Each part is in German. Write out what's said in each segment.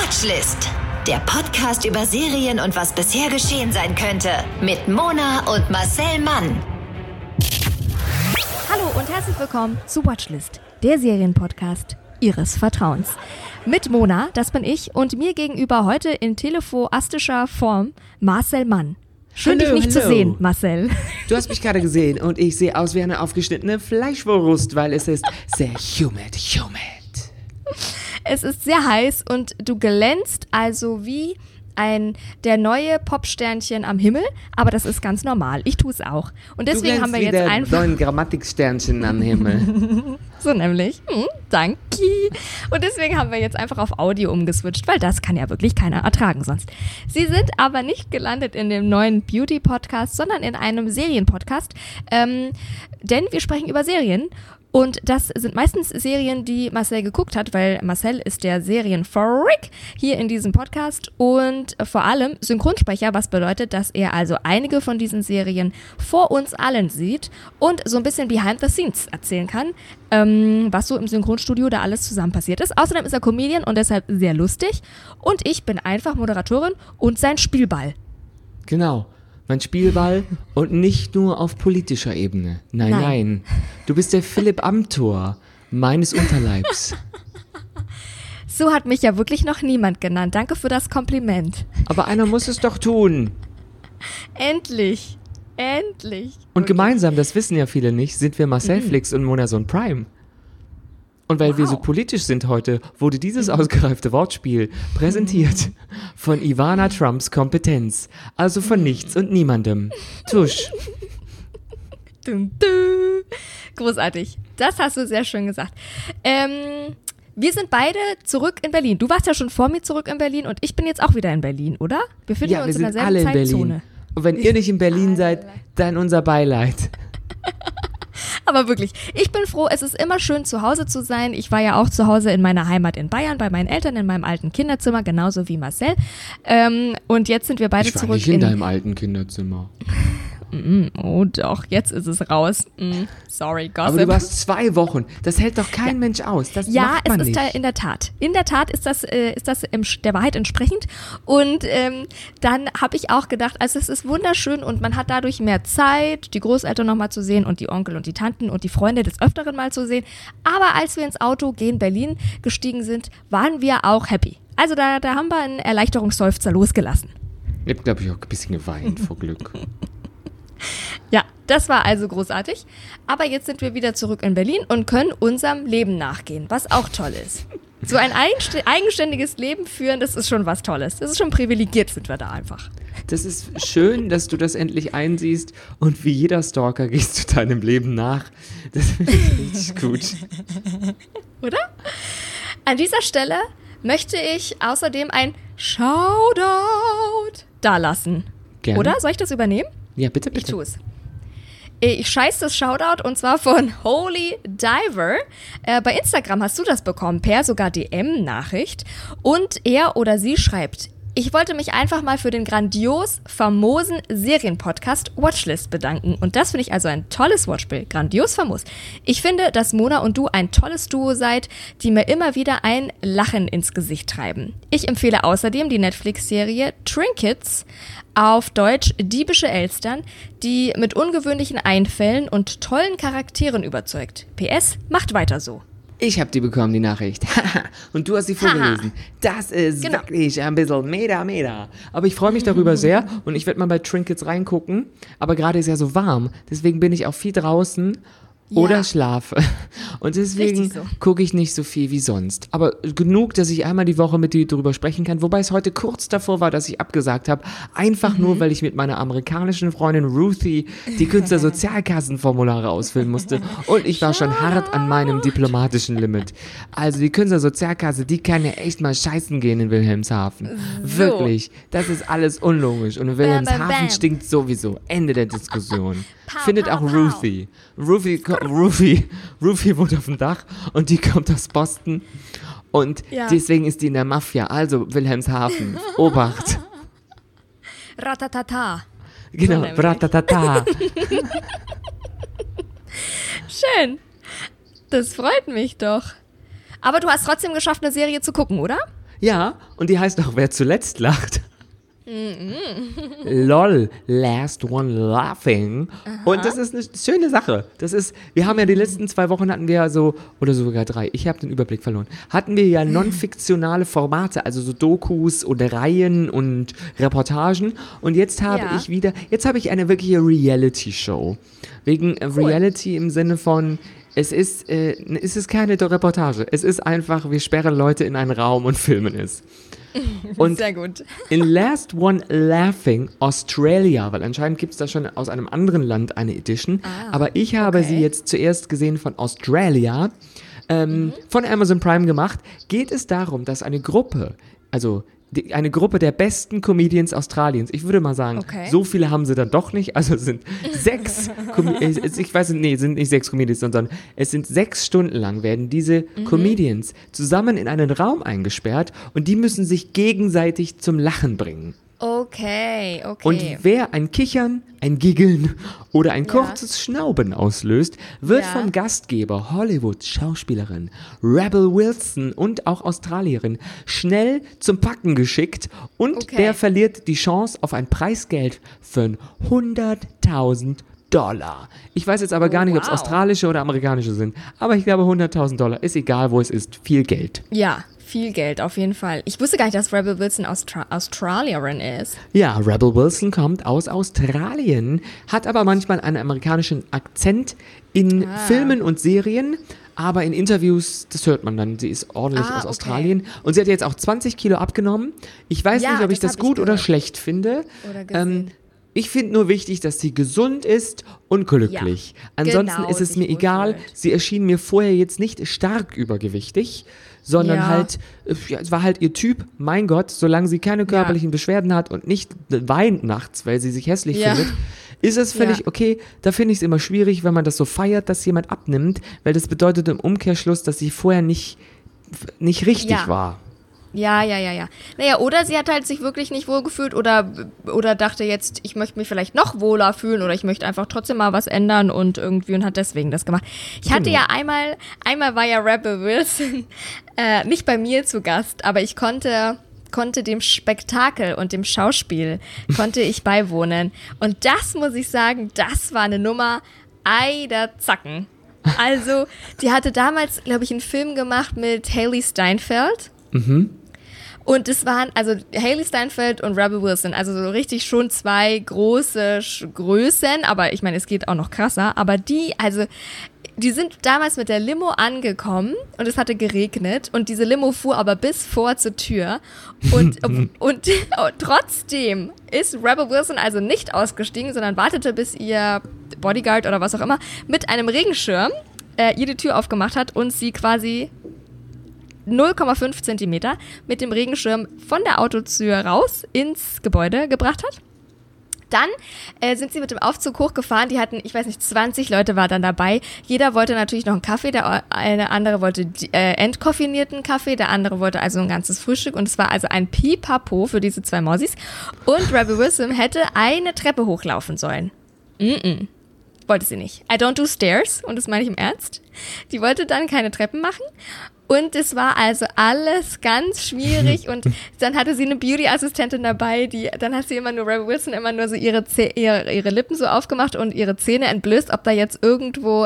Watchlist. Der Podcast über Serien und was bisher geschehen sein könnte. Mit Mona und Marcel Mann. Hallo und herzlich willkommen zu Watchlist, der Serienpodcast Ihres Vertrauens. Mit Mona, das bin ich, und mir gegenüber heute in telefoastischer Form Marcel Mann. Schön, dich nicht zu sehen, Marcel. Du hast mich gerade gesehen und ich sehe aus wie eine aufgeschnittene Fleischwurst, weil es ist sehr humid. Es ist sehr heiß und du glänzt also wie der neue Popsternchen am Himmel, aber das ist ganz normal. Ich tue es auch. Und deswegen haben wir jetzt einfach... neuen Grammatiksternchen am Himmel. So nämlich. Danke. Und deswegen haben wir jetzt einfach auf Audio umgeswitcht, weil das kann ja wirklich keiner ertragen sonst. Sie sind aber nicht gelandet in dem neuen Beauty-Podcast, sondern in einem Serien-Podcast, denn wir sprechen über Serien. Und das sind meistens Serien, die Marcel geguckt hat, weil Marcel ist der Serienfreak hier in diesem Podcast und vor allem Synchronsprecher, was bedeutet, dass er also einige von diesen Serien vor uns allen sieht und so ein bisschen behind the scenes erzählen kann, was so im Synchronstudio da alles zusammen passiert ist. Außerdem ist er Comedian und deshalb sehr lustig und ich bin einfach Moderatorin und sein Spielball. Genau. Mein Spielball und nicht nur auf politischer Ebene. Nein. Du bist der Philipp Amthor meines Unterleibs. So hat mich ja wirklich noch niemand genannt. Danke für das Kompliment. Aber einer muss es doch tun. Endlich. Und gemeinsam, das wissen ja viele nicht, sind wir Marcel Flix und Mona Sohn Prime. Und weil wir so politisch sind heute, wurde dieses ausgereifte Wortspiel präsentiert von Ivana Trumps Kompetenz. Also von nichts und niemandem. Tusch. Großartig. Das hast du sehr schön gesagt. Wir sind beide zurück in Berlin. Du warst ja schon vor mir zurück in Berlin und ich bin jetzt auch wieder in Berlin, oder? Wir befinden uns in derselben alle in Zeitzone. Berlin. Und wenn ihr nicht in Berlin seid, dann unser Beileid. Aber wirklich, ich bin froh, es ist immer schön, zu Hause zu sein. Ich war ja auch zu Hause in meiner Heimat in Bayern, bei meinen Eltern in meinem alten Kinderzimmer, genauso wie Marcel. Und jetzt sind wir beide zurück. Ich war nicht in deinem alten Kinderzimmer. Oh doch, jetzt ist es raus. Sorry, Gossip. Aber du warst 2 Wochen. Das hält doch kein Mensch aus. Das macht man es ist nicht. In der Tat. In der Tat ist das der Wahrheit entsprechend. Und dann habe ich auch gedacht, also es ist wunderschön und man hat dadurch mehr Zeit, die Großeltern nochmal zu sehen und die Onkel und die Tanten und die Freunde des Öfteren mal zu sehen. Aber als wir ins Auto gen Berlin gestiegen sind, waren wir auch happy. Also da haben wir einen Erleichterungsseufzer losgelassen. Ich habe, glaube ich, auch ein bisschen geweint vor Glück. Ja, das war also großartig. Aber jetzt sind wir wieder zurück in Berlin und können unserem Leben nachgehen, was auch toll ist. So ein eigenständiges Leben führen, das ist schon was Tolles. Das ist schon privilegiert, sind wir da einfach. Das ist schön, dass du das endlich einsiehst und wie jeder Stalker gehst du deinem Leben nach. Das finde ich richtig gut. Oder? An dieser Stelle möchte ich außerdem ein Shoutout dalassen. Gerne. Oder? Soll ich das übernehmen? Ja, bitte. Ich tue es. Ich scheiß das Shoutout und zwar von Holy Diver. Bei Instagram hast du das bekommen, per sogar DM-Nachricht. Und er oder sie schreibt: Ich wollte mich einfach mal für den grandios famosen Serienpodcast Watchlist bedanken. Und das finde ich also ein tolles Wortspiel. Grandios famos. Ich finde, dass Mona und du ein tolles Duo seid, die mir immer wieder ein Lachen ins Gesicht treiben. Ich empfehle außerdem die Netflix-Serie Trinkets, auf Deutsch Diebische Elstern, die mit ungewöhnlichen Einfällen und tollen Charakteren überzeugt. PS, macht weiter so. Ich habe die bekommen, die Nachricht. Und du hast sie vorgelesen. Das ist wirklich ein bisschen mega. Aber ich freue mich darüber sehr und ich werde mal bei Trinkets reingucken. Aber gerade ist ja so warm, deswegen bin ich auch viel draußen oder schlafe. Und deswegen gucke ich nicht so viel wie sonst. Aber genug, dass ich einmal die Woche mit dir drüber sprechen kann. Wobei es heute kurz davor war, dass ich abgesagt habe. Einfach nur, weil ich mit meiner amerikanischen Freundin Ruthie die Künstlersozialkassenformulare ausfüllen musste. Und ich war schon hart an meinem diplomatischen Limit. Also die Künstlersozialkasse, die kann ja echt mal scheißen gehen in Wilhelmshaven. So. Wirklich. Das ist alles unlogisch. Und in Wilhelmshaven stinkt sowieso. Ende der Diskussion. Findet auch Ruthie. Ruthie wohnt auf dem Dach und die kommt aus Boston und deswegen ist die in der Mafia, also Wilhelmshaven. Obacht. Ratatata. Genau, ratatata. Schön. Das freut mich doch. Aber du hast trotzdem geschafft, eine Serie zu gucken, oder? Ja, und die heißt auch Wer zuletzt lacht. LOL, Last One Laughing. Und das ist eine schöne Sache. Wir haben ja die letzten 2 Wochen hatten wir ja so, oder sogar 3, ich habe den Überblick verloren, hatten wir ja non-fiktionale Formate, also so Dokus oder Reihen und Reportagen. Und jetzt habe ich eine wirkliche Reality-Show. Wegen Reality im Sinne von, es ist keine Reportage. Es ist einfach, wir sperren Leute in einen Raum und filmen es. Und sehr gut. In Last One Laughing Australia, weil anscheinend gibt es da schon aus einem anderen Land eine Edition, aber ich habe sie jetzt zuerst gesehen von Australia, von Amazon Prime gemacht, geht es darum, dass eine Gruppe, eine Gruppe der besten Comedians Australiens, ich würde mal sagen, so viele haben sie dann doch nicht, also es sind 6 sind nicht 6 Comedians, sondern es sind 6 Stunden lang werden diese Comedians zusammen in einen Raum eingesperrt und die müssen sich gegenseitig zum Lachen bringen. Okay. Und wer ein Kichern, ein Giggeln oder ein kurzes Schnauben auslöst, wird vom Gastgeber, Hollywood-Schauspielerin Rebel Wilson und auch Australierin schnell zum Packen geschickt und der verliert die Chance auf ein Preisgeld von $100.000. Ich weiß jetzt aber gar nicht, ob es australische oder amerikanische sind, aber ich glaube $100.000 ist egal, wo es ist, viel Geld. Ja. Viel Geld, auf jeden Fall. Ich wusste gar nicht, dass Rebel Wilson Australierin ist. Ja, Rebel Wilson kommt aus Australien, hat aber manchmal einen amerikanischen Akzent in Filmen und Serien, aber in Interviews, das hört man dann, sie ist ordentlich aus Australien. Und sie hat jetzt auch 20 Kilo abgenommen. Ich weiß nicht, ob ich das gut oder schlecht finde. Oder gesehen. Ich finde nur wichtig, dass sie gesund ist und glücklich. Ansonsten ist es mir egal. Sie erschien mir vorher jetzt nicht stark übergewichtig, sondern halt, es war halt ihr Typ, mein Gott, solange sie keine körperlichen Beschwerden hat und nicht weint nachts, weil sie sich hässlich findet, ist es völlig okay. Da finde ich es immer schwierig, wenn man das so feiert, dass jemand abnimmt, weil das bedeutet im Umkehrschluss, dass sie vorher nicht richtig war. Ja. Naja, oder sie hat halt sich wirklich nicht wohl gefühlt oder dachte jetzt, ich möchte mich vielleicht noch wohler fühlen oder ich möchte einfach trotzdem mal was ändern und hat deswegen das gemacht. Ich hatte ja einmal war ja Rebel Wilson nicht bei mir zu Gast, aber ich konnte dem Spektakel und dem Schauspiel konnte ich beiwohnen. Und das muss ich sagen, das war eine Nummer, der Zacken. Also, die hatte damals, glaube ich, einen Film gemacht mit Hailee Steinfeld. Und es waren, also Hailee Steinfeld und Rebel Wilson, also so richtig schon 2 große Größen, aber ich meine, es geht auch noch krasser, aber die sind damals mit der Limo angekommen und es hatte geregnet und diese Limo fuhr aber bis vor zur Tür und trotzdem ist Rebel Wilson also nicht ausgestiegen, sondern wartete, bis ihr Bodyguard oder was auch immer mit einem Regenschirm ihr die Tür aufgemacht hat und sie quasi 0,5 Zentimeter mit dem Regenschirm von der Autotür raus ins Gebäude gebracht hat. Dann sind sie mit dem Aufzug hochgefahren. Die hatten, ich weiß nicht, 20 Leute war dann dabei. Jeder wollte natürlich noch einen Kaffee. Der eine andere wollte entkoffinierten Kaffee. Der andere wollte also ein ganzes Frühstück. Und es war also ein Pipapo für diese 2 Mausis. Und Rebel Wilson hätte eine Treppe hochlaufen sollen. Wollte sie nicht. I don't do stairs. Und das meine ich im Ernst. Die wollte dann keine Treppen machen. Und es war also alles ganz schwierig und dann hatte sie eine Beauty-Assistentin dabei, dann hat sie Rebel Wilson immer nur so ihre Lippen so aufgemacht und ihre Zähne entblößt, ob da jetzt irgendwo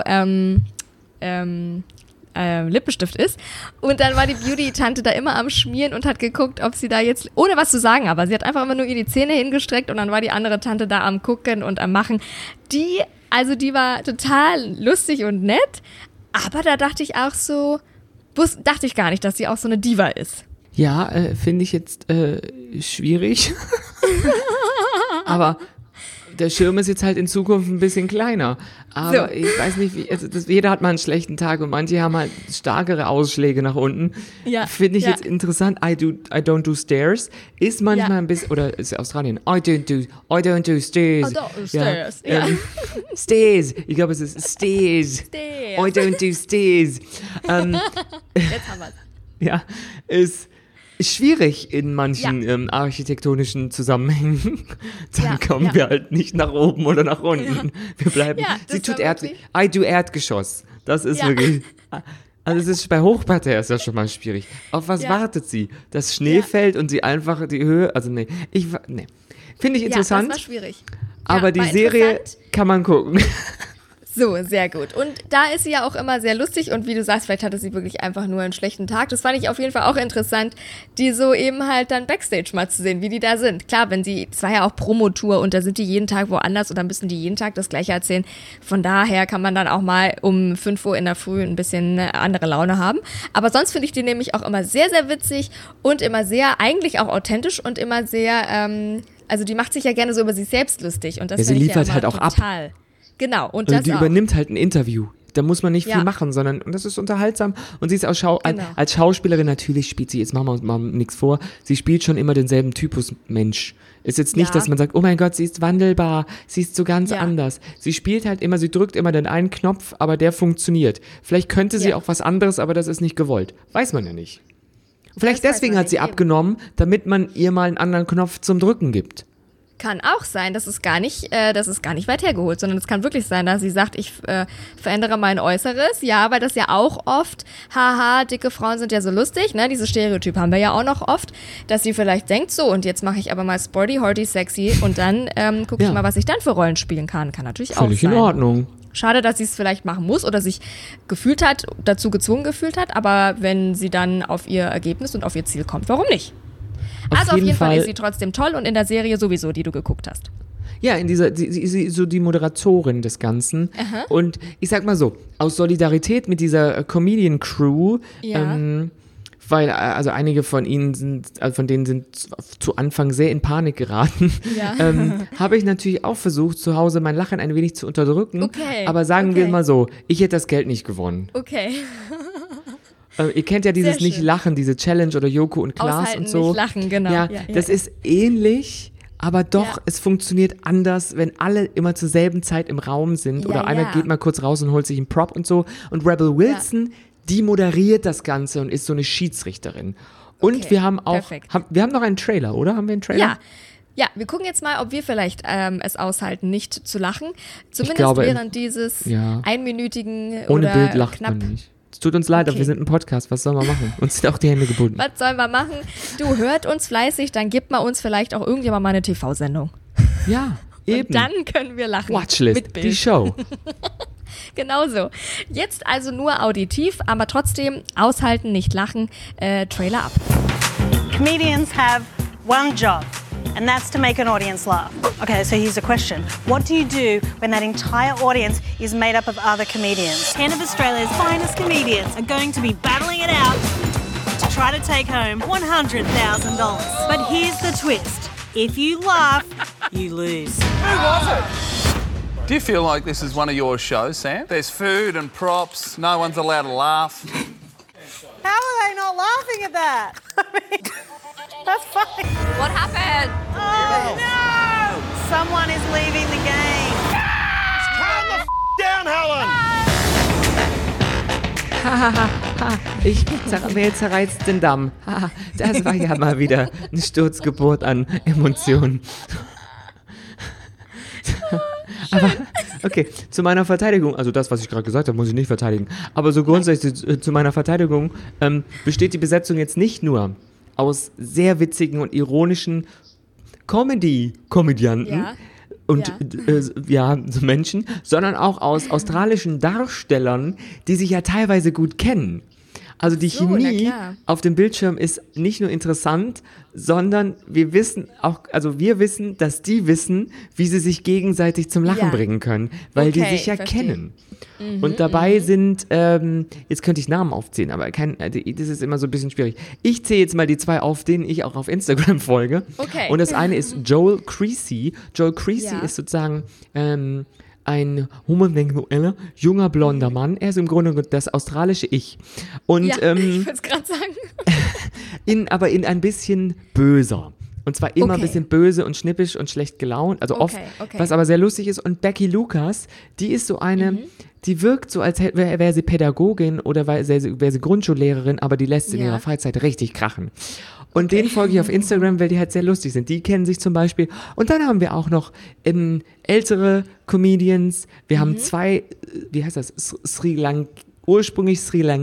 Lippenstift ist. Und dann war die Beauty-Tante da immer am Schmieren und hat geguckt, ob sie da jetzt, ohne was zu sagen, aber sie hat einfach immer nur ihr die Zähne hingestreckt und dann war die andere Tante da am Gucken und am Machen. Die war total lustig und nett, aber da dachte ich auch so, dachte ich gar nicht, dass sie auch so eine Diva ist. Ja, finde ich jetzt schwierig. Aber der Schirm ist jetzt halt in Zukunft ein bisschen kleiner. Aber so. Ich weiß nicht, jeder hat mal einen schlechten Tag und manche haben halt starkere Ausschläge nach unten. Ja, finde ich jetzt interessant. I don't do stairs. Ist manchmal ein bisschen, oder ist Australien? I don't do stairs. Stairs. Ja. Stairs. Ich glaube, es ist stairs. I don't do stairs. Jetzt haben wir's. Ja, ist schwierig in manchen architektonischen Zusammenhängen. Dann kommen wir halt nicht nach oben oder nach unten. Wir bleiben. Sie tut I do Erdgeschoss. Das ist wirklich. Also es ist bei Hochparterre ist das schon mal schwierig. Auf was wartet sie? Dass Schnee fällt und sie einfach die Höhe, also nee. Finde ich interessant. Ja, das war schwierig. Aber die Serie kann man gucken. So, sehr gut. Und da ist sie ja auch immer sehr lustig und wie du sagst, vielleicht hatte sie wirklich einfach nur einen schlechten Tag. Das fand ich auf jeden Fall auch interessant, die so eben halt dann Backstage mal zu sehen, wie die da sind. Klar, es war ja auch Promotour und da sind die jeden Tag woanders und dann müssen die jeden Tag das Gleiche erzählen. Von daher kann man dann auch mal um 5 Uhr in der Früh ein bisschen andere Laune haben. Aber sonst finde ich die nämlich auch immer sehr, sehr witzig und immer sehr, eigentlich auch authentisch und immer sehr, also die macht sich ja gerne so über sich selbst lustig. Und das sie liefert halt auch total ab. Genau, und also das die übernimmt halt ein Interview. Da muss man nicht viel machen, sondern und das ist unterhaltsam. Und sie ist auch als Schauspielerin, natürlich spielt sie, jetzt machen wir uns mal nichts vor, sie spielt schon immer denselben Typus Mensch. Ist jetzt nicht, dass man sagt, oh mein Gott, sie ist wandelbar, sie ist so ganz anders. Sie spielt halt immer, sie drückt immer den einen Knopf, aber der funktioniert. Vielleicht könnte sie auch was anderes, aber das ist nicht gewollt. Weiß man ja nicht. Vielleicht deswegen hat sie abgenommen, damit man ihr mal einen anderen Knopf zum Drücken gibt. Kann auch sein, das ist gar nicht weit hergeholt, sondern es kann wirklich sein, dass sie sagt, ich verändere mein Äußeres. Ja, weil das ja auch oft, haha, dicke Frauen sind ja so lustig, ne? Dieses Stereotyp haben wir ja auch noch oft, dass sie vielleicht denkt, so und jetzt mache ich aber mal sporty, horty, sexy und dann gucke ich mal, was ich dann für Rollen spielen kann. Kann natürlich auch sein. Völlig in Ordnung. Schade, dass sie es vielleicht machen muss oder sich dazu gezwungen gefühlt hat, aber wenn sie dann auf ihr Ergebnis und auf ihr Ziel kommt, warum nicht? Also auf jeden Fall ist sie trotzdem toll und in der Serie sowieso, die du geguckt hast. Ja, sie ist so die Moderatorin des Ganzen. Aha. Und ich sag mal so, aus Solidarität mit dieser Comedian-Crew, weil also einige von denen sind zu Anfang sehr in Panik geraten, habe ich natürlich auch versucht, zu Hause mein Lachen ein wenig zu unterdrücken. Okay. Aber sagen wir mal so, ich hätte das Geld nicht gewonnen. Okay. Ihr kennt ja dieses Nicht-Lachen, diese Challenge oder Joko und Klaas Aushalten, und so. Nicht lachen, genau. Ja, das ist ähnlich, aber doch, es funktioniert anders, wenn alle immer zur selben Zeit im Raum sind oder einer geht mal kurz raus und holt sich einen Prop und so. Und Rebel Wilson, die moderiert das Ganze und ist so eine Schiedsrichterin. Und wir haben auch, wir haben noch einen Trailer, oder? Haben wir einen Trailer? Ja, wir gucken jetzt mal, ob wir vielleicht es aushalten, nicht zu lachen. Zumindest glaube, während dieses einminütigen ohne oder Bild lacht knapp. Man nicht. Es tut uns leid, aber wir sind ein Podcast. Was sollen wir machen? Uns sind auch die Hände gebunden. Was sollen wir machen? Du, hört uns fleißig, dann gibt mal uns vielleicht auch irgendjemand mal eine TV-Sendung. Ja, eben. Und dann können wir lachen. Watchlist, mit Bild. die Show. Genau so. Jetzt also nur auditiv, aber trotzdem aushalten, nicht lachen. Trailer ab. Comedians have one job. And that's to make an audience laugh. Okay, so here's a question. What do you do when that entire audience is made up of other comedians? 10 of Australia's finest comedians are going to be battling it out to try to take home $100,000. But here's the twist. If you laugh, you lose. Who was it? Do you feel like this is one of your shows, Sam? There's food and props. No one's allowed to laugh. How are they not laughing at that? I mean, that's funny. What happened? Oh, no! Someone is leaving the game. Calm the down, Helen! Wer zerreißt den Damm? Das war ja mal wieder eine Sturzgeburt an Emotionen. Aber, okay, zu meiner Verteidigung, also das, was ich gerade gesagt habe, muss ich nicht verteidigen, aber so grundsätzlich zu meiner Verteidigung besteht die Besetzung jetzt nicht nur aus sehr witzigen und ironischen Komödianten und so Menschen, sondern auch aus australischen Darstellern, die sich ja teilweise gut kennen. Also die Chemie auf dem Bildschirm ist nicht nur interessant, sondern wir wissen, dass die wissen, wie sie sich gegenseitig zum Lachen bringen können, weil die sich ja kennen. Und dabei sind, jetzt könnte ich Namen aufzählen, aber das ist immer so ein bisschen schwierig. Ich zähle jetzt mal die 2 auf, denen ich auch auf Instagram folge. Okay. Und das eine ist Joel Creasy. Joel Creasy ist sozusagen ein homosexueller, junger, blonder Mann. Er ist im Grunde das australische Ich. Und, ich wollte es gerade sagen. Aber in ein bisschen böser. Und zwar immer ein bisschen böse und schnippisch und schlecht gelaunt, also oft, was aber sehr lustig ist. Und Becky Lucas, die ist so eine, die wirkt so, als wäre sie Pädagogin oder wäre sie Grundschullehrerin, aber die lässt in ihrer Freizeit richtig krachen. Und denen folge ich auf Instagram, weil die halt sehr lustig sind. Die kennen sich zum Beispiel. Und dann haben wir auch noch ältere Comedians. Wir haben 2, wie heißt das, ursprünglich Sri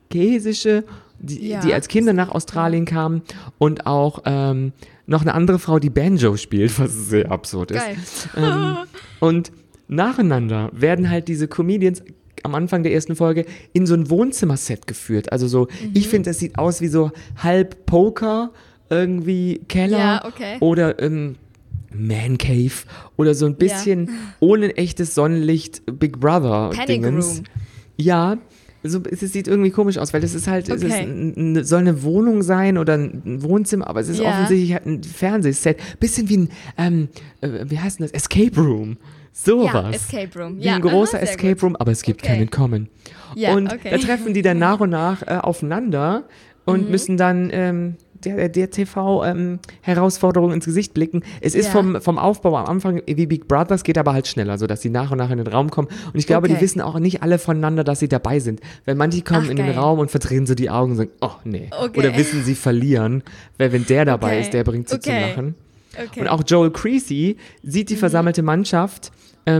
vietnamesische, die als Kinder nach Australien kamen und auch noch eine andere Frau, die Banjo spielt, was sehr absurd ist. Und nacheinander werden halt diese Comedians am Anfang der ersten Folge in so ein Wohnzimmerset geführt. Also so, ich finde, das sieht aus wie so halb Poker, irgendwie Keller oder Man Cave oder so ein bisschen ohne echtes Sonnenlicht Big Brother Dingens. Ja, so, es sieht irgendwie komisch aus, weil das ist halt, es soll eine Wohnung sein oder ein Wohnzimmer, aber es ist offensichtlich halt ein Fernsehset. Bisschen wie ein, wie heißt denn das? Escape Room. Sowas. Ja, Escape Room. Wie ein großer Escape Room, aber es gibt keinen Common. Ja, und da treffen die dann nach und nach aufeinander und müssen dann der TV-Herausforderung ins Gesicht blicken. Es ist vom Aufbau am Anfang wie Big Brother, es geht aber halt schneller, sodass die nach und nach in den Raum kommen. Und ich glaube, die wissen auch nicht alle voneinander, dass sie dabei sind. Weil manche kommen in den Raum und verdrehen so die Augen und sagen, oh nee. Oder wissen, sie verlieren. Weil wenn der dabei ist, der bringt sie zum Lachen. Und auch Joel Creasy sieht die versammelte Mannschaft,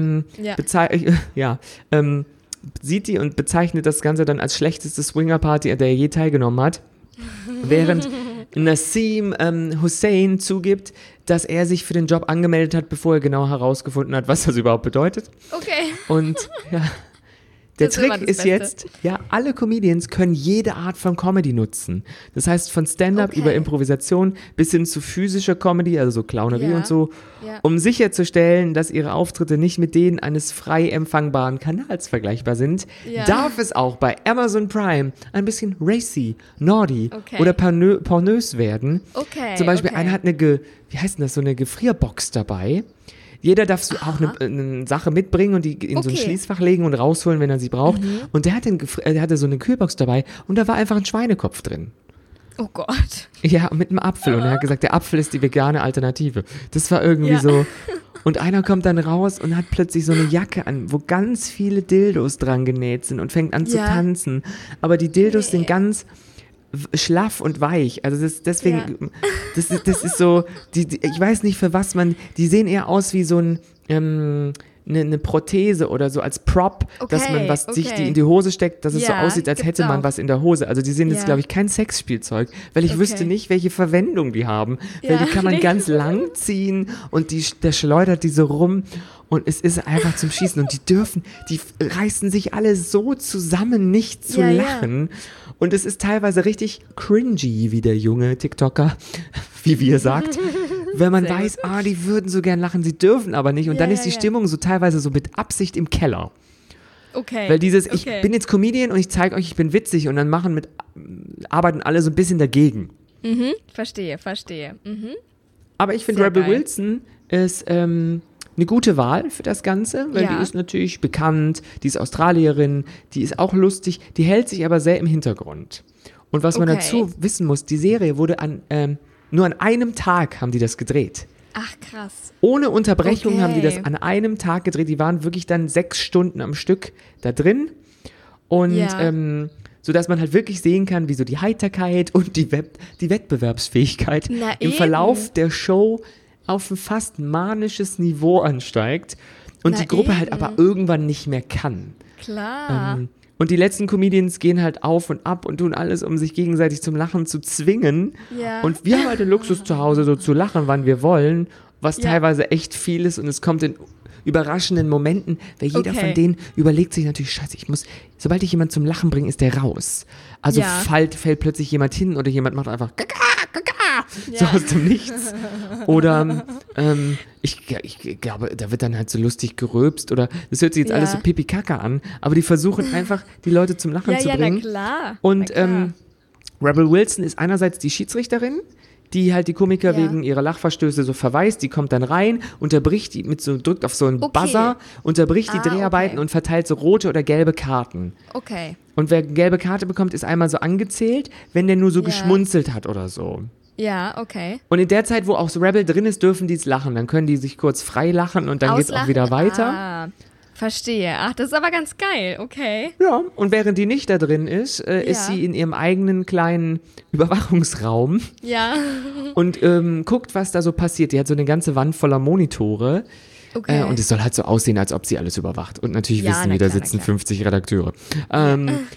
sieht die und bezeichnet das Ganze dann als schlechteste Swinger-Party, an der er je teilgenommen hat. Während Nassim Hussein zugibt, dass er sich für den Job angemeldet hat, bevor er genau herausgefunden hat, was das überhaupt bedeutet. Okay. Und der Trick ist jetzt, alle Comedians können jede Art von Comedy nutzen. Das heißt, von Stand-up über Improvisation bis hin zu physischer Comedy, also so Clownerie und so, um sicherzustellen, dass ihre Auftritte nicht mit denen eines frei empfangbaren Kanals vergleichbar sind, darf es auch bei Amazon Prime ein bisschen racy, naughty oder pornös werden. Zum Beispiel einer hat so eine Gefrierbox dabei. Jeder darf so auch eine Sache mitbringen und die in so ein Schließfach legen und rausholen, wenn er sie braucht. Und der hatte so eine Kühlbox dabei und da war einfach ein Schweinekopf drin. Oh Gott. Ja, mit einem Apfel. Und er hat gesagt, der Apfel ist die vegane Alternative. Das war irgendwie so. Und einer kommt dann raus und hat plötzlich so eine Jacke an, wo ganz viele Dildos dran genäht sind und fängt an zu tanzen. Aber die Dildos sind ganz schlaff und weich, also das ist so, ich weiß nicht für was die sehen eher aus wie so eine Prothese oder so als Prop, dass man sich die in die Hose steckt, dass es so aussieht, als hätte man was in der Hose. Also die sind jetzt, glaube ich, kein Sexspielzeug, weil ich wüsste nicht, welche Verwendung die haben, weil die kann man ganz lang ziehen und der schleudert die so rum. Und es ist einfach zum Schießen. Und die reißen sich alle so zusammen, nicht zu lachen. Und es ist teilweise richtig cringy, wie der junge TikToker, wie wir sagt. Wenn man weiß, die würden so gern lachen, sie dürfen aber nicht. Und dann ist die Stimmung so teilweise so mit Absicht im Keller. Okay. Weil ich bin jetzt Comedian und ich zeige euch, ich bin witzig. Und dann arbeiten alle so ein bisschen dagegen. Verstehe. Aber ich finde, Rebel Wilson ist eine gute Wahl für das Ganze, weil die ist natürlich bekannt, die ist Australierin, die ist auch lustig, die hält sich aber sehr im Hintergrund. Und was man dazu wissen muss, die Serie wurde nur an einem Tag haben die das gedreht. Ach, krass. Ohne Unterbrechung haben die das an einem Tag gedreht. Die waren wirklich dann 6 Stunden am Stück da drin. Und sodass man halt wirklich sehen kann, wie so die Heiterkeit und die Wettbewerbsfähigkeit im Verlauf der Show auf ein fast manisches Niveau ansteigt und die Gruppe halt aber irgendwann nicht mehr kann. Klar. Und die letzten Comedians gehen halt auf und ab und tun alles, um sich gegenseitig zum Lachen zu zwingen. Ja. Und wir haben halt den Luxus zu Hause, so zu lachen, wann wir wollen, was teilweise echt viel ist und es kommt in überraschenden Momenten, weil jeder von denen überlegt sich natürlich, scheiße, sobald ich jemanden zum Lachen bringe, ist der raus. Also fällt plötzlich jemand hin oder jemand macht einfach so aus dem Nichts. Oder ich glaube, da wird dann halt so lustig gerülpst oder das hört sich jetzt alles so pipi-kaka an, aber die versuchen einfach, die Leute zum Lachen zu bringen. Na klar. Und Rebel Wilson ist einerseits die Schiedsrichterin, die halt die Komiker wegen ihrer Lachverstöße so verweist, die kommt dann rein, unterbricht die drückt auf so einen Buzzer, unterbricht die Dreharbeiten und verteilt so rote oder gelbe Karten. Okay. Und wer gelbe Karte bekommt, ist einmal so angezählt, wenn der nur so geschmunzelt hat oder so. Ja, okay. Und in der Zeit, wo auch so Rebel drin ist, dürfen die es lachen. Dann können die sich kurz frei lachen und dann geht's auch wieder weiter. Verstehe. Ach, das ist aber ganz geil, okay. Ja, und während die nicht da drin ist, ist sie in ihrem eigenen kleinen Überwachungsraum. Ja. Und guckt, was da so passiert. Die hat so eine ganze Wand voller Monitore. Okay. Und es soll halt so aussehen, als ob sie alles überwacht. Und natürlich wissen wir, da sitzen 50 Redakteure.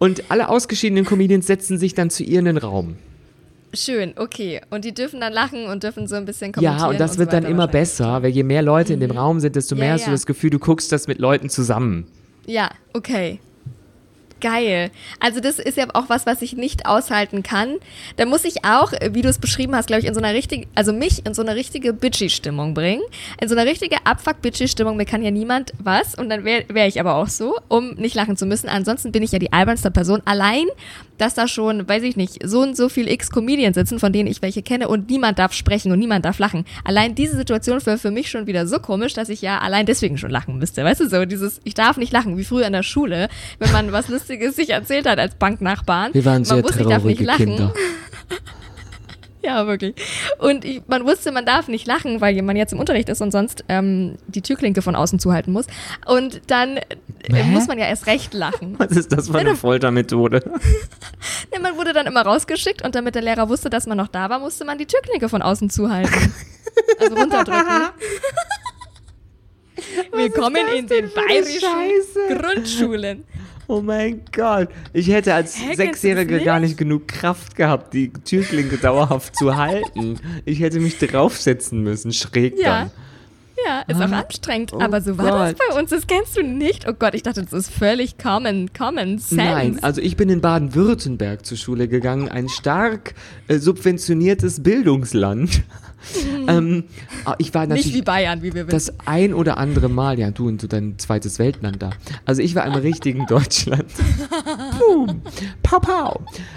Und alle ausgeschiedenen Comedians setzen sich dann zu ihr in den Raum. Schön, okay. Und die dürfen dann lachen und dürfen so ein bisschen kommentieren. Ja, und das wird dann immer besser, weil je mehr Leute in dem Raum sind, desto mehr hast du das Gefühl, du guckst das mit Leuten zusammen. Ja, okay. Geil. Also das ist ja auch was ich nicht aushalten kann. Da muss ich auch, wie du es beschrieben hast, glaube ich, mich in so eine richtige Bitchy-Stimmung bringen. In so eine richtige Abfuck-Bitchy-Stimmung. Mir kann ja niemand was. Und dann wär ich aber auch so, um nicht lachen zu müssen. Ansonsten bin ich ja die albernste Person. Allein, dass da schon, weiß ich nicht, so und so viel X-Comedians sitzen, von denen ich welche kenne und niemand darf sprechen und niemand darf lachen. Allein diese Situation wäre für mich schon wieder so komisch, dass ich ja allein deswegen schon lachen müsste. Weißt du, so dieses, ich darf nicht lachen, wie früher in der Schule, wenn man was Lustiges sich erzählt hat als Banknachbarn. Wir waren sehr traurige Kinder. Ja, wirklich. Und man wusste, man darf nicht lachen, weil man jetzt im Unterricht ist und sonst die Türklinke von außen zuhalten muss. Und dann muss man ja erst recht lachen. Was ist das für eine Foltermethode? Ja, man wurde dann immer rausgeschickt und damit der Lehrer wusste, dass man noch da war, musste man die Türklinke von außen zuhalten. Also runterdrücken. Willkommen in den bayerischen Grundschulen. Oh mein Gott. Ich hätte als Sechsjährige gar nicht genug Kraft gehabt, die Türklinke dauerhaft zu halten. Ich hätte mich draufsetzen müssen, schräg dann. Ja, ist auch anstrengend. Aber so war das bei uns. Das kennst du nicht. Oh Gott, ich dachte, das ist völlig common sense. Nein, also ich bin in Baden-Württemberg zur Schule gegangen. Ein stark subventioniertes Bildungsland. Ich war natürlich nicht wie Bayern, wie wir wissen. Das ein oder andere Mal, ja, du und so dein zweites Weltland da. Also ich war im richtigen Deutschland. Boom, pow, pow.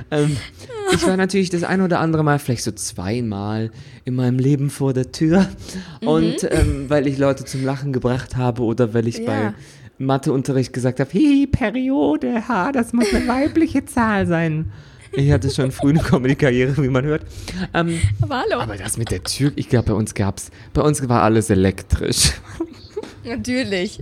Ich war natürlich das ein oder andere Mal, vielleicht so 2-mal in meinem Leben vor der Tür. Und weil ich Leute zum Lachen gebracht habe oder weil ich bei Matheunterricht gesagt habe, hey, Periode, das muss eine weibliche Zahl sein. Ich hatte schon früh eine Comedy-Karriere, wie man hört. Aber das mit der Tür, ich glaube, bei uns war alles elektrisch. Natürlich.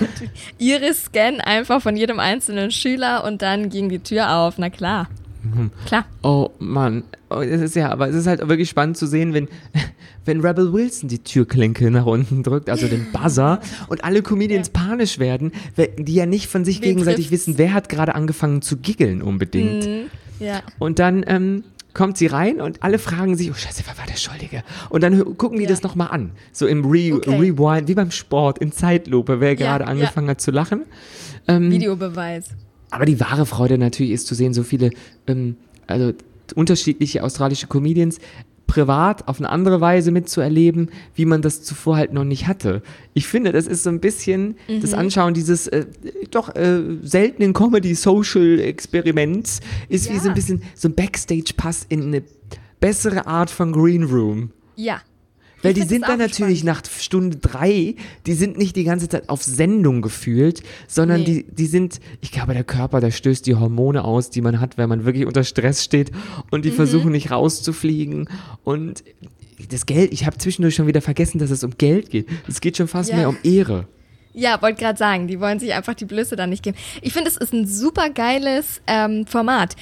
Iris Scan einfach von jedem einzelnen Schüler und dann ging die Tür auf, na klar. Klar. Oh Mann, es ist halt wirklich spannend zu sehen, wenn Rebel Wilson die Türklinke nach unten drückt, also den Buzzer, und alle Comedians panisch werden, die ja nicht von sich gegenseitig wissen, wer hat gerade angefangen zu giggeln unbedingt. Ja. Und dann kommt sie rein und alle fragen sich, oh Scheiße, wer war der Schuldige? Und dann gucken die das nochmal an, so im Rewind, wie beim Sport, in Zeitlupe, wer gerade angefangen hat zu lachen. Videobeweis. Aber die wahre Freude natürlich ist zu sehen, so viele unterschiedliche australische Comedians privat auf eine andere Weise mitzuerleben, wie man das zuvor halt noch nicht hatte. Ich finde, das ist so ein bisschen das Anschauen dieses seltenen Comedy-Social-Experiments ist wie so ein bisschen so ein Backstage-Pass in eine bessere Art von Green Room. Ja. Weil die sind dann natürlich nach Stunde 3, die sind nicht die ganze Zeit auf Sendung gefühlt, sondern die sind, ich glaube, der Körper, der stößt die Hormone aus, die man hat, wenn man wirklich unter Stress steht und die versuchen nicht rauszufliegen und das Geld, ich habe zwischendurch schon wieder vergessen, dass es um Geld geht. Es geht schon fast mehr um Ehre. Ja, wollte gerade sagen, die wollen sich einfach die Blöße da nicht geben. Ich finde, es ist ein super geiles Format.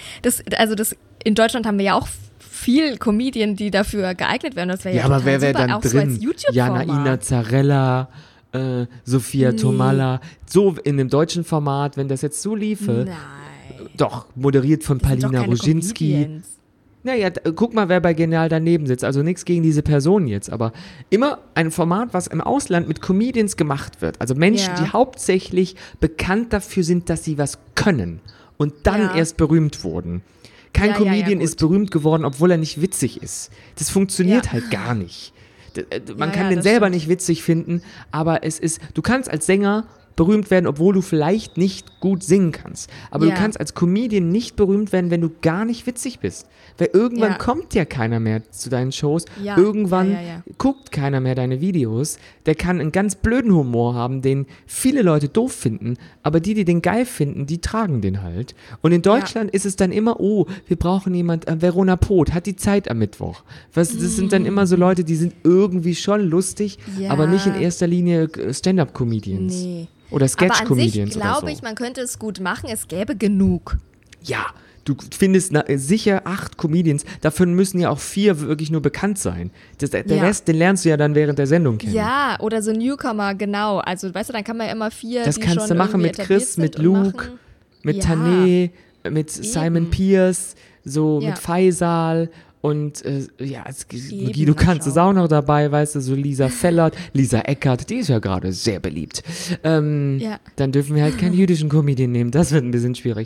In Deutschland haben wir ja auch viel Comedian, die dafür geeignet werden. Das wäre aber wer wäre dann auch drin? So Jana Ina Zarella, Sophia Tomalla. So in dem deutschen Format, wenn das jetzt so liefe. Nein. Doch, moderiert von Palina Roginski. Naja, guck mal, wer bei Genial daneben sitzt. Also nichts gegen diese Person jetzt, aber immer ein Format, was im Ausland mit Comedians gemacht wird. Also Menschen, die hauptsächlich bekannt dafür sind, dass sie was können und dann erst berühmt wurden. Kein Comedian ist berühmt geworden, obwohl er nicht witzig ist. Das funktioniert halt gar nicht. Man kann den selber nicht witzig finden, aber du kannst als Sänger berühmt werden, obwohl du vielleicht nicht gut singen kannst. Aber du kannst als Comedian nicht berühmt werden, wenn du gar nicht witzig bist. Weil irgendwann kommt ja keiner mehr zu deinen Shows. Ja. Irgendwann guckt keiner mehr deine Videos. Der kann einen ganz blöden Humor haben, den viele Leute doof finden, aber die den geil finden, die tragen den halt. Und in Deutschland ist es dann immer, wir brauchen jemand, Verona Poth hat die Zeit am Mittwoch. Das sind dann immer so Leute, die sind irgendwie schon lustig, aber nicht in erster Linie Stand-Up-Comedians. Nee. Oder Sketch-Comedians oder so. Aber an sich glaube ich, man könnte es gut machen, es gäbe genug. Ja, du findest sicher 8 Comedians, davon müssen ja auch 4 wirklich nur bekannt sein. Der Rest, den lernst du ja dann während der Sendung kennen. Ja, oder so Newcomer, genau. Also weißt du, dann kann man ja immer 4, das die kannst schon du machen mit Chris, mit Luke, mit Tané, mit Simon Pierce, so mit Faisal und Guido Kanz ist auch noch dabei, weißt du, so Lisa Fellert, Lisa Eckert, die ist ja gerade sehr beliebt. Dann dürfen wir halt keinen jüdischen Comedian nehmen, das wird ein bisschen schwierig.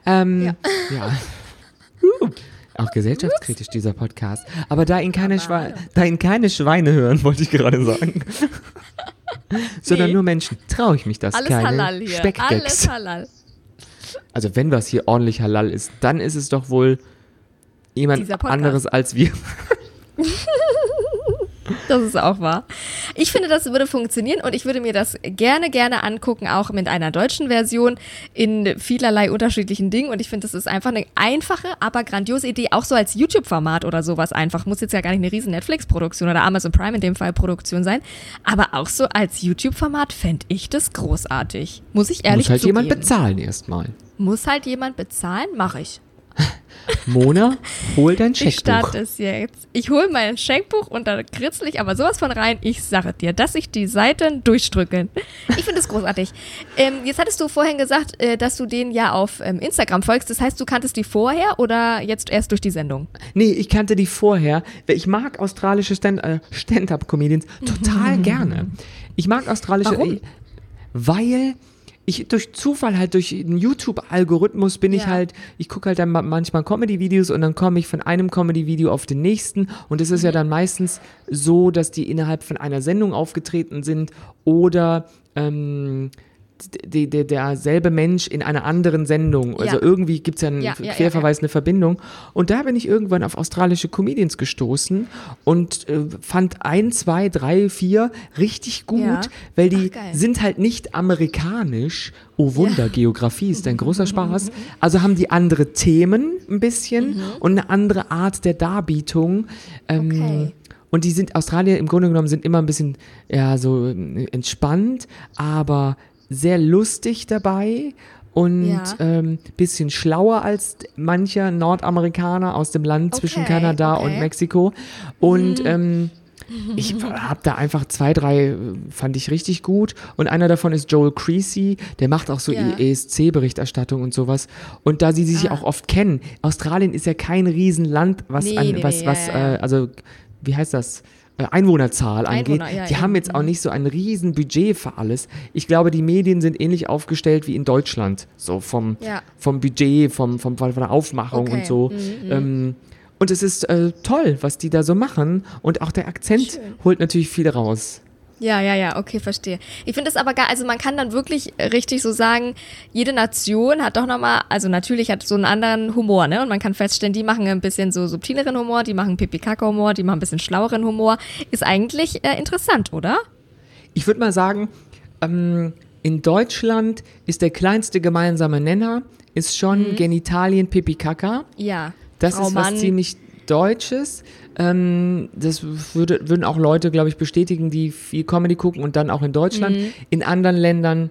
Auch gesellschaftskritisch, dieser Podcast. Aber da ihn keine Schweine hören, wollte ich gerade sagen. Sondern nur Menschen, traue ich mich das. Alles keine halal hier. Speckgags. Alles halal. Also wenn was hier ordentlich halal ist, dann ist es doch wohl jemand anderes als wir. Das ist auch wahr. Ich finde, das würde funktionieren und ich würde mir das gerne angucken, auch mit einer deutschen Version in vielerlei unterschiedlichen Dingen. Und ich finde, das ist einfach eine einfache, aber grandiose Idee, auch so als YouTube-Format oder sowas einfach. Muss jetzt ja gar nicht eine riesen Netflix-Produktion oder Amazon Prime in dem Fall Produktion sein. Aber auch so als YouTube-Format fände ich das großartig. Muss ich ehrlich zugeben. Muss halt jemand bezahlen erstmal. Muss halt jemand bezahlen? Mache ich. Mona, hol dein Scheckbuch. Ich starte es jetzt. Ich hole mein Scheckbuch und da kritzel ich aber sowas von rein. Ich sage dir, dass sich die Seiten durchdrücken. Ich finde es großartig. Jetzt hattest du vorhin gesagt, dass du denen ja auf Instagram folgst. Das heißt, du kanntest die vorher oder jetzt erst durch die Sendung? Nee, ich kannte die vorher. Ich mag australische Stand-up-Comedians total gerne. Ich mag australische... Warum? Weil... durch Zufall halt, durch den YouTube-Algorithmus ich gucke halt dann manchmal Comedy-Videos und dann komme ich von einem Comedy-Video auf den nächsten und es ist ja dann meistens so, dass die innerhalb von einer Sendung aufgetreten sind oder derselbe Mensch in einer anderen Sendung. Also irgendwie gibt es ja einen Querverweis, eine Verbindung. Und da bin ich irgendwann auf australische Comedians gestoßen und fand 1, 2, 3, 4 richtig gut, weil die sind halt nicht amerikanisch. Oh Wunder, Geografie ist ein großer Spaß. Also haben die andere Themen ein bisschen und eine andere Art der Darbietung. Und die Australier im Grunde genommen sind immer ein bisschen so entspannt, aber sehr lustig dabei und bisschen schlauer als mancher Nordamerikaner aus dem Land zwischen Kanada und Mexiko. Und ich habe da einfach 2, 3 fand ich richtig gut. Und einer davon ist Joel Creasy, der macht auch so ESC-Berichterstattung und sowas. Und da sie sich auch oft kennen, Australien ist ja kein Riesenland, also wie heißt das? Einwohnerzahl angeht, die haben jetzt auch nicht so ein riesen Budget für alles. Ich glaube, die Medien sind ähnlich aufgestellt wie in Deutschland, so vom Budget, von der Aufmachung und so. Und es ist toll, was die da so machen und auch der Akzent holt natürlich viel raus. Ja, okay, verstehe. Ich finde es aber geil, also man kann dann wirklich richtig so sagen, jede Nation hat doch nochmal, also natürlich hat so einen anderen Humor, ne? Und man kann feststellen, die machen ein bisschen so subtileren Humor, die machen Pipi-Kaka-Humor, die machen ein bisschen schlaueren Humor. Ist eigentlich interessant, oder? Ich würde mal sagen, in Deutschland ist der kleinste gemeinsame Nenner, ist schon Genitalien Pipi-Kaka. Ja. Das ist was ziemlich Deutsches. Das würden auch Leute, glaube ich, bestätigen, die viel Comedy gucken und dann auch in Deutschland. In anderen Ländern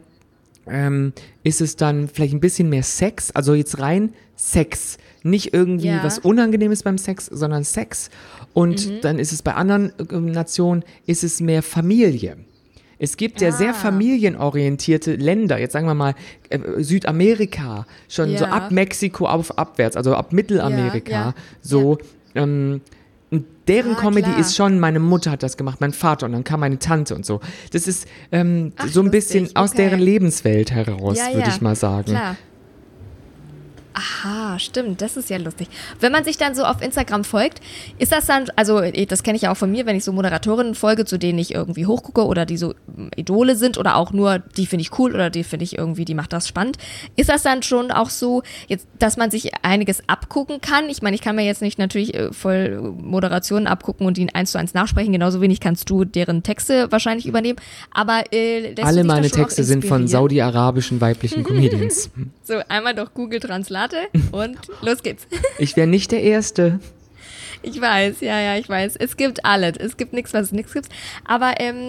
ist es dann vielleicht ein bisschen mehr Sex, also jetzt rein Sex. Nicht irgendwie was Unangenehmes beim Sex, sondern Sex. Und dann ist es bei anderen Nationen, ist es mehr Familie. Es gibt ja sehr familienorientierte Länder, jetzt sagen wir mal Südamerika, schon so ab Mexiko abwärts, also ab Mittelamerika, und deren Comedy ist schon, meine Mutter hat das gemacht, mein Vater und dann kam meine Tante und so. Das ist so ein bisschen aus deren Lebenswelt heraus, würde ich mal sagen. Klar. Aha, stimmt, das ist ja lustig. Wenn man sich dann so auf Instagram folgt, ist das dann, also das kenne ich ja auch von mir, wenn ich so Moderatorinnen folge, zu denen ich irgendwie hochgucke oder die so Idole sind oder auch nur, die finde ich cool oder die finde ich irgendwie, die macht das spannend. Ist das dann schon auch so, jetzt, dass man sich einiges abgucken kann? Ich meine, ich kann mir jetzt nicht natürlich voll Moderationen abgucken und die 1:1 nachsprechen, genauso wenig kannst du deren Texte wahrscheinlich übernehmen, aber alle meine Texte sind von saudi-arabischen weiblichen Comedians. So, einmal durch Google Translate und los geht's. Ich wäre nicht der Erste. Ich weiß, ja, ich weiß. Es gibt alles. Es gibt nichts, was es nichts gibt. Aber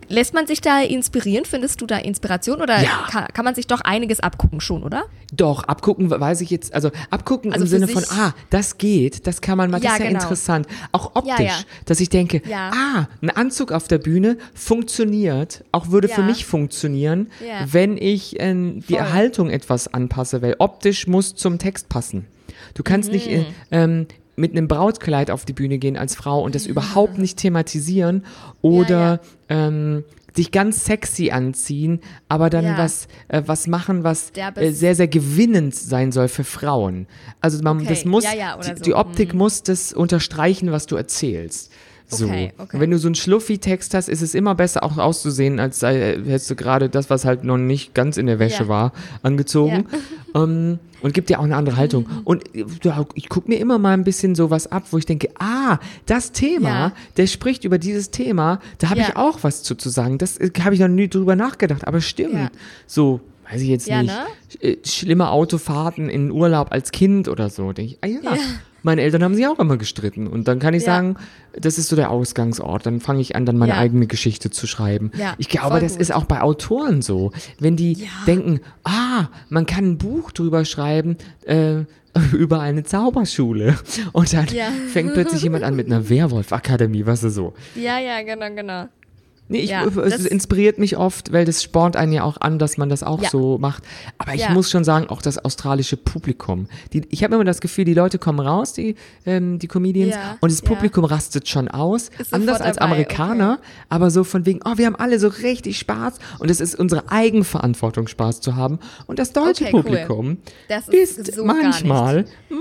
lässt man sich da inspirieren? Findest du da Inspiration oder kann man sich doch einiges abgucken schon, oder? Doch, abgucken weiß ich jetzt, also abgucken im Sinne von, das geht, das kann man mal, das ist ja interessant. Auch optisch, dass ich denke, ein Anzug auf der Bühne funktioniert, auch würde für mich funktionieren, wenn ich die Haltung etwas anpasse, weil optisch muss zum Text passen. Du kannst nicht mit einem Brautkleid auf die Bühne gehen als Frau und das überhaupt nicht thematisieren oder sich ganz sexy anziehen, aber dann was machen, was sehr, sehr gewinnend sein soll für Frauen. Also das muss, die Optik muss das unterstreichen, was du erzählst. So. Okay. Und wenn du so einen Schluffi-Text hast, ist es immer besser auch auszusehen, als hättest du gerade das, was halt noch nicht ganz in der Wäsche war, angezogen. Und gibt dir auch eine andere Haltung. Und ich gucke mir immer mal ein bisschen sowas ab, wo ich denke, das Thema, der spricht über dieses Thema, da habe ich auch was zu sagen. Das habe ich noch nie drüber nachgedacht, aber stimmt. Ja. So, weiß ich jetzt nicht. Ne? Schlimme Autofahrten in Urlaub als Kind oder so. Denke ich, meine Eltern haben sich auch immer gestritten. Und dann kann ich sagen, das ist so der Ausgangsort. Dann fange ich an, dann meine eigene Geschichte zu schreiben. Ja, ich glaube, das ist auch bei Autoren so. Wenn die denken, man kann ein Buch drüber schreiben, über eine Zauberschule. Und dann fängt plötzlich jemand an mit einer Werwolf-Akademie, weißt du so. Ja, genau. Nee, es inspiriert mich oft, weil das spornt einen ja auch an, dass man das auch so macht. Aber ich muss schon sagen, auch das australische Publikum. Ich habe immer das Gefühl, die Leute kommen raus, die Comedians, und das Publikum rastet schon aus. Anders als Amerikaner, aber so von wegen, wir haben alle so richtig Spaß und es ist unsere Eigenverantwortung, Spaß zu haben. Und das deutsche Publikum ist so manchmal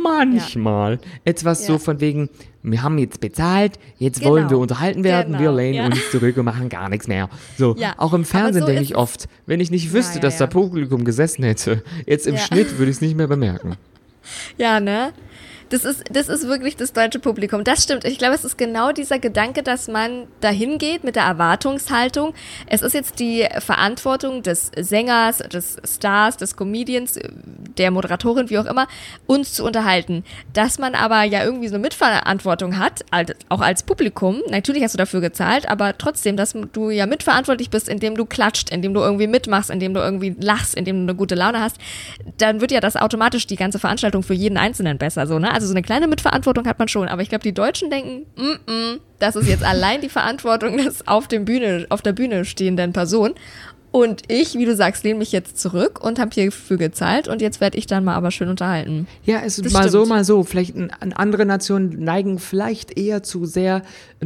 etwas so von wegen, wir haben jetzt bezahlt, jetzt wollen wir unterhalten werden, wir lehnen uns zurück und machen gar nichts mehr. So, auch im Fernsehen so denke ich oft, wenn ich nicht wüsste, dass da Publikum gesessen hätte, jetzt im Schnitt würde ich es nicht mehr bemerken. Ja, ne? Das ist wirklich das deutsche Publikum. Das stimmt. Ich glaube, es ist genau dieser Gedanke, dass man dahin geht mit der Erwartungshaltung. Es ist jetzt die Verantwortung des Sängers, des Stars, des Comedians, der Moderatorin, wie auch immer, uns zu unterhalten. Dass man aber ja irgendwie so eine Mitverantwortung hat, auch als Publikum. Natürlich hast du dafür gezahlt, aber trotzdem, dass du ja mitverantwortlich bist, indem du klatscht, indem du irgendwie mitmachst, indem du irgendwie lachst, indem du eine gute Laune hast, dann wird ja das automatisch die ganze Veranstaltung für jeden Einzelnen besser, so, ne? Also so eine kleine Mitverantwortung hat man schon, aber ich glaube, die Deutschen denken, das ist jetzt allein die Verantwortung des auf der Bühne stehenden Person. Und ich, wie du sagst, lehne mich jetzt zurück und habe hierfür gezahlt und jetzt werde ich dann mal aber schön unterhalten. Ja, es ist mal so. Vielleicht andere Nationen neigen vielleicht eher zu sehr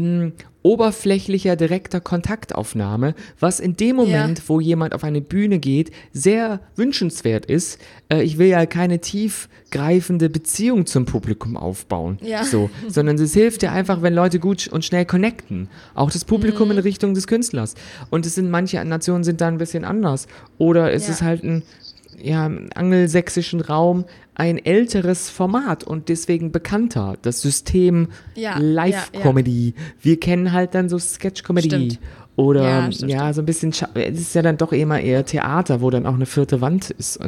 oberflächlicher, direkter Kontaktaufnahme, was in dem Moment, wo jemand auf eine Bühne geht, sehr wünschenswert ist. Ich will ja keine tiefgreifende Beziehung zum Publikum aufbauen, sondern es hilft ja einfach, wenn Leute gut und schnell connecten. Auch das Publikum in Richtung des Künstlers. Und manche Nationen sind da ein bisschen anders. Oder es ist halt im angelsächsischen Raum ein älteres Format und deswegen bekannter. Das System Live-Comedy. Wir kennen halt dann so Sketch-Comedy. Oder so ein bisschen, es ist ja dann doch eher Theater, wo dann auch eine vierte Wand ist.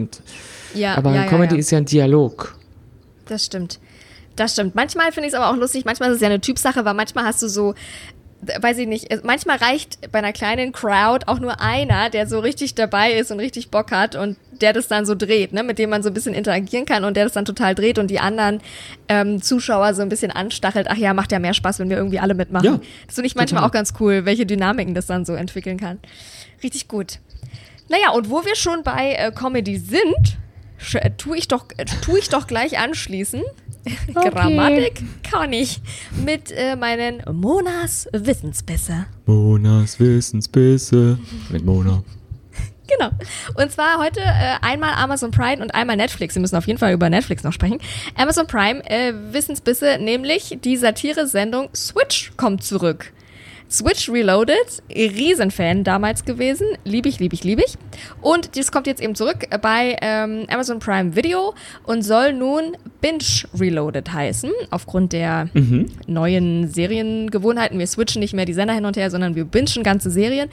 Aber Comedy ist ja ein Dialog. Das stimmt. Manchmal finde ich es aber auch lustig, manchmal ist es ja eine Typsache, weil manchmal hast du so, weiß ich nicht, manchmal reicht bei einer kleinen Crowd auch nur einer, der so richtig dabei ist und richtig Bock hat und der das dann so dreht, ne, mit dem man so ein bisschen interagieren kann und der das dann total dreht und die anderen Zuschauer so ein bisschen anstachelt, ach ja, macht ja mehr Spaß, wenn wir irgendwie alle mitmachen. Ja, das finde ich manchmal auch ganz cool, welche Dynamiken das dann so entwickeln kann. Richtig gut. Naja, und wo wir schon bei Comedy sind, tue ich doch gleich anschließen. Okay. Grammatik kann ich mit meinen Monas Wissensbisse. Monas Wissensbisse mit Mona. Genau. Und zwar heute einmal Amazon Prime und einmal Netflix. Wir müssen auf jeden Fall über Netflix noch sprechen. Amazon Prime Wissensbisse, nämlich die Satire-Sendung Switch kommt zurück. Switch Reloaded, Riesenfan damals gewesen, lieb ich. Und das kommt jetzt eben zurück bei Amazon Prime Video und soll nun Binge Reloaded heißen, aufgrund der neuen Seriengewohnheiten. Wir switchen nicht mehr die Sender hin und her, sondern wir bingen ganze Serien.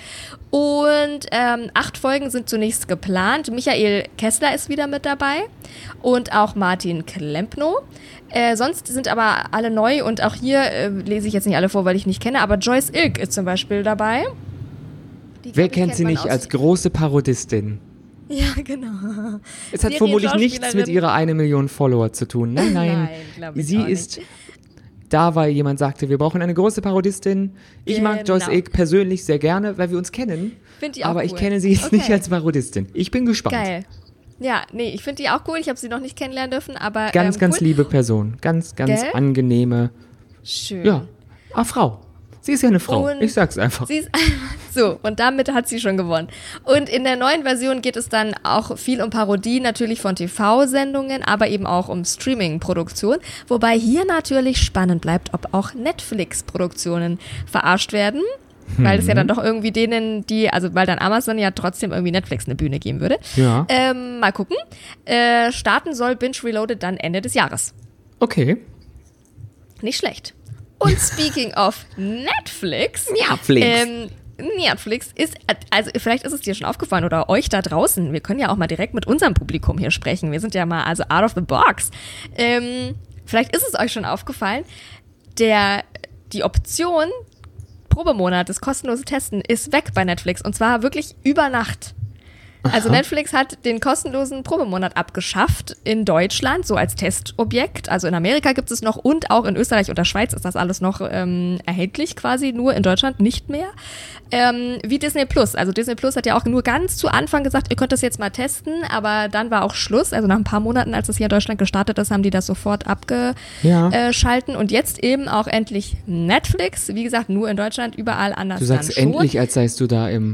Und 8 Folgen sind zunächst geplant. Michael Kessler ist wieder mit dabei und auch Martin Klempno. Sonst sind aber alle neu und auch hier lese ich jetzt nicht alle vor, weil ich nicht kenne, aber Joyce Ilk ist zum Beispiel dabei. Wer kennt sie nicht als große Parodistin? Ja, genau. Es hat vermutlich nichts mit ihrer 1 Million Follower zu tun. Nein. Sie ist da, weil jemand sagte, wir brauchen eine große Parodistin. Ich mag Joyce Ick persönlich sehr gerne, weil wir uns kennen. Find die auch aber cool. Ich kenne sie jetzt nicht als Parodistin. Ich bin gespannt. Geil. Ja, nee, ich finde die auch cool. Ich habe sie noch nicht kennenlernen dürfen, aber ganz cool. liebe Person. Ganz angenehme. Schön. Ja, Frau. Sie ist ja eine Frau. Und ich sag's einfach. Sie ist einfach so, und damit hat sie schon gewonnen. Und in der neuen Version geht es dann auch viel um Parodie, natürlich von TV-Sendungen, aber eben auch um Streaming-Produktion. Wobei hier natürlich spannend bleibt, ob auch Netflix-Produktionen verarscht werden. Weil es ja dann doch irgendwie weil dann Amazon ja trotzdem irgendwie Netflix eine Bühne geben würde. Ja. Mal gucken. Starten soll Binge Reloaded dann Ende des Jahres. Okay. Nicht schlecht. Und speaking of Netflix. Netflix ist, also vielleicht ist es dir schon aufgefallen oder euch da draußen. Wir können ja auch mal direkt mit unserem Publikum hier sprechen. Wir sind ja mal also out of the box. Vielleicht ist es euch schon aufgefallen, die Option Probemonat, das kostenlose Testen, ist weg bei Netflix und zwar wirklich über Nacht. Also Netflix hat den kostenlosen Probemonat abgeschafft in Deutschland, so als Testobjekt. Also in Amerika gibt es noch und auch in Österreich und der Schweiz ist das alles noch erhältlich quasi, nur in Deutschland nicht mehr. Wie Disney Plus. Also Disney Plus hat ja auch nur ganz zu Anfang gesagt, ihr könnt das jetzt mal testen, aber dann war auch Schluss. Also nach ein paar Monaten, als das hier in Deutschland gestartet ist, haben die das sofort abgeschalten. Und jetzt eben auch endlich Netflix. Wie gesagt, nur in Deutschland, überall anders. Du sagst dann schon. endlich, als seist du da im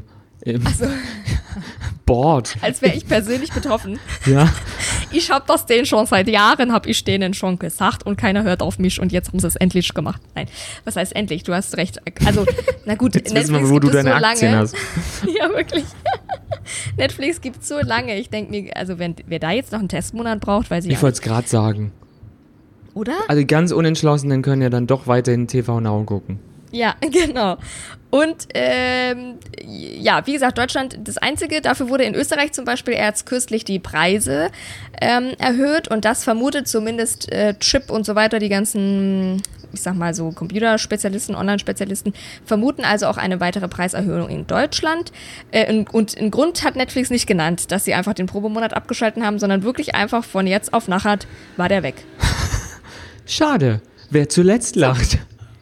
Board. Als wäre ich persönlich betroffen. Ja. Ich habe das denen schon seit Jahren, habe ich denen schon gesagt und keiner hört auf mich und jetzt haben sie es endlich gemacht. Nein, was heißt endlich? Du hast recht. Also, na gut, jetzt Netflix wissen wir, wo du gibt es deine so Aktien lange. hast. Ja, wirklich. Netflix gibt es so lange. Ich denke mir, also wer da jetzt noch einen Testmonat braucht, weiß ich Ich wollte es gerade sagen. Oder? Also die ganz Unentschlossenen können ja dann doch weiterhin TV Now gucken. Ja, genau. Und wie gesagt, Deutschland das Einzige. Dafür wurde in Österreich zum Beispiel erst kürzlich die Preise erhöht und das vermutet zumindest Chip und so weiter, die ganzen, ich sag mal so Computerspezialisten, Online-Spezialisten, vermuten also auch eine weitere Preiserhöhung in Deutschland. Und einen Grund hat Netflix nicht genannt, dass sie einfach den Probemonat abgeschalten haben, sondern wirklich einfach von jetzt auf nachher war der weg. Schade. Wer zuletzt lacht.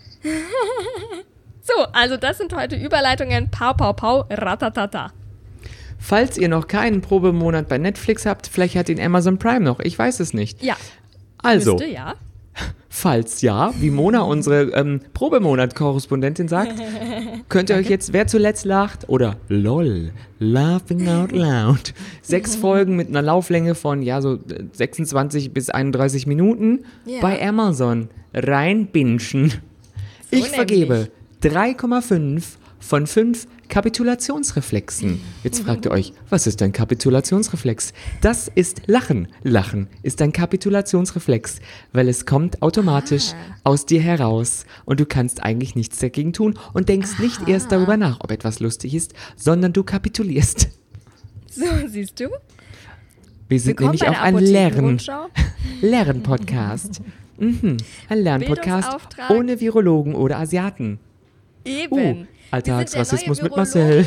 So, also das sind heute Überleitungen. Pau, pau, pau, ratatata. Falls ihr noch keinen Probemonat bei Netflix habt, vielleicht hat ihn Amazon Prime noch. Ich weiß es nicht. Ja. Also, Müsste, ja. falls ja, wie Mona, unsere Probemonat-Korrespondentin sagt, könnt ihr euch jetzt, wer zuletzt lacht, oder LOL, Laughing Out Loud, 6 Folgen mit einer Lauflänge von, so 26 bis 31 Minuten bei Amazon reinbingen. Ich vergebe 3,5 von 5 Kapitulationsreflexen. Jetzt fragt ihr euch, was ist ein Kapitulationsreflex? Das ist Lachen. Lachen ist ein Kapitulationsreflex, weil es kommt automatisch aus dir heraus und du kannst eigentlich nichts dagegen tun und denkst nicht erst darüber nach, ob etwas lustig ist, sondern du kapitulierst. So, siehst du? Wir sind Willkommen nämlich auch ein Lern-Podcast. Ein Lernpodcast Bildungsauftrag. ohne Virologen oder Asiaten. Eben. Alltagsrassismus mit Marcel.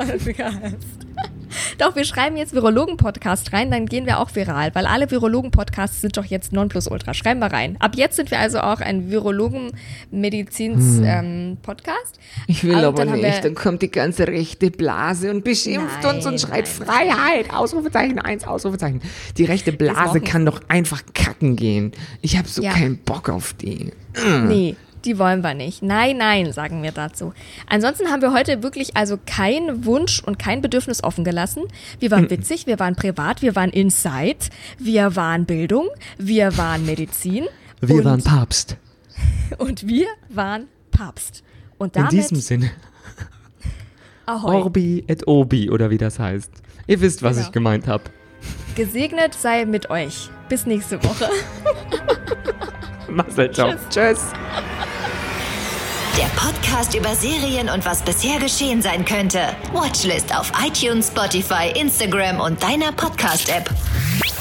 Doch, wir schreiben jetzt Virologen-Podcast rein, dann gehen wir auch viral, weil alle Virologen-Podcasts sind doch jetzt Nonplusultra. Schreiben wir rein. Ab jetzt sind wir also auch ein Virologen-Medizins-Podcast. Ich will aber nicht, dann kommt die ganze rechte Blase und beschimpft uns und schreit Freiheit, Ausrufezeichen 1, Ausrufezeichen. Die rechte Blase kann doch einfach kacken gehen. Ich habe so keinen Bock auf die. Nee. Die wollen wir nicht. Nein, nein, sagen wir dazu. Ansonsten haben wir heute wirklich also keinen Wunsch und kein Bedürfnis offen gelassen. Wir waren witzig, wir waren privat, wir waren Inside, wir waren Bildung, wir waren Medizin. Wir waren Papst. Und wir waren Papst. Und damit, in diesem Sinne. Ahoi. Orbi et Obi oder wie das heißt. Ihr wisst, was ich gemeint habe. Gesegnet sei mit euch. Bis nächste Woche. Marcel, ciao. Tschüss. Der Podcast über Serien und was bisher geschehen sein könnte. Watchlist auf iTunes, Spotify, Instagram und deiner Podcast-App.